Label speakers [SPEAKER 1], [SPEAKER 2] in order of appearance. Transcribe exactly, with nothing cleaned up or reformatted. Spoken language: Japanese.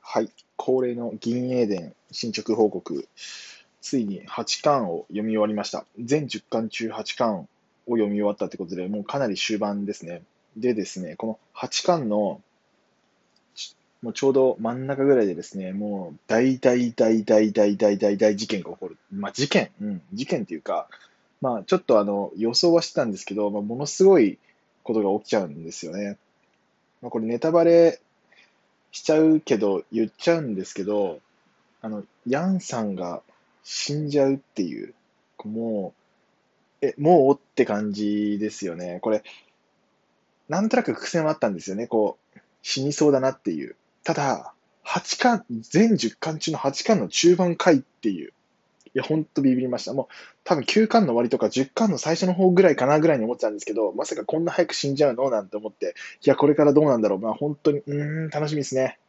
[SPEAKER 1] はい。恒例の銀英伝進捗報告。ついにはちかんを読み終わりました。全じゅっかん中はちかんを読み終わったってことで、もうかなり終盤ですね。でですね、このはちかんのちもうちょうど真ん中ぐらいでですね、もう大大大大大大大大事件が起こる。まあ事件、うん、事件っていうか、まあちょっとあの予想はしてたんですけど、まあ、ものすごいことが起きちゃうんですよね。まあ、これネタバレしちゃうけど、言っちゃうんですけど、あの、ヤンさんが死んじゃうっていう、もう、え、もうって感じですよね。これ、なんとなく伏線はあったんですよね。こう、死にそうだなっていう。ただ、はちかん、全じゅっかん中のはちかんの中盤回っていう。いや、ほんとビビりました。もう、多分きゅうかんの終わりとかじゅっかんの最初の方ぐらいかなぐらいに思ってたんですけど、まさかこんな早く死んじゃうのなんて思って、いや、これからどうなんだろう。まあ、本当に、うーん、楽しみですね。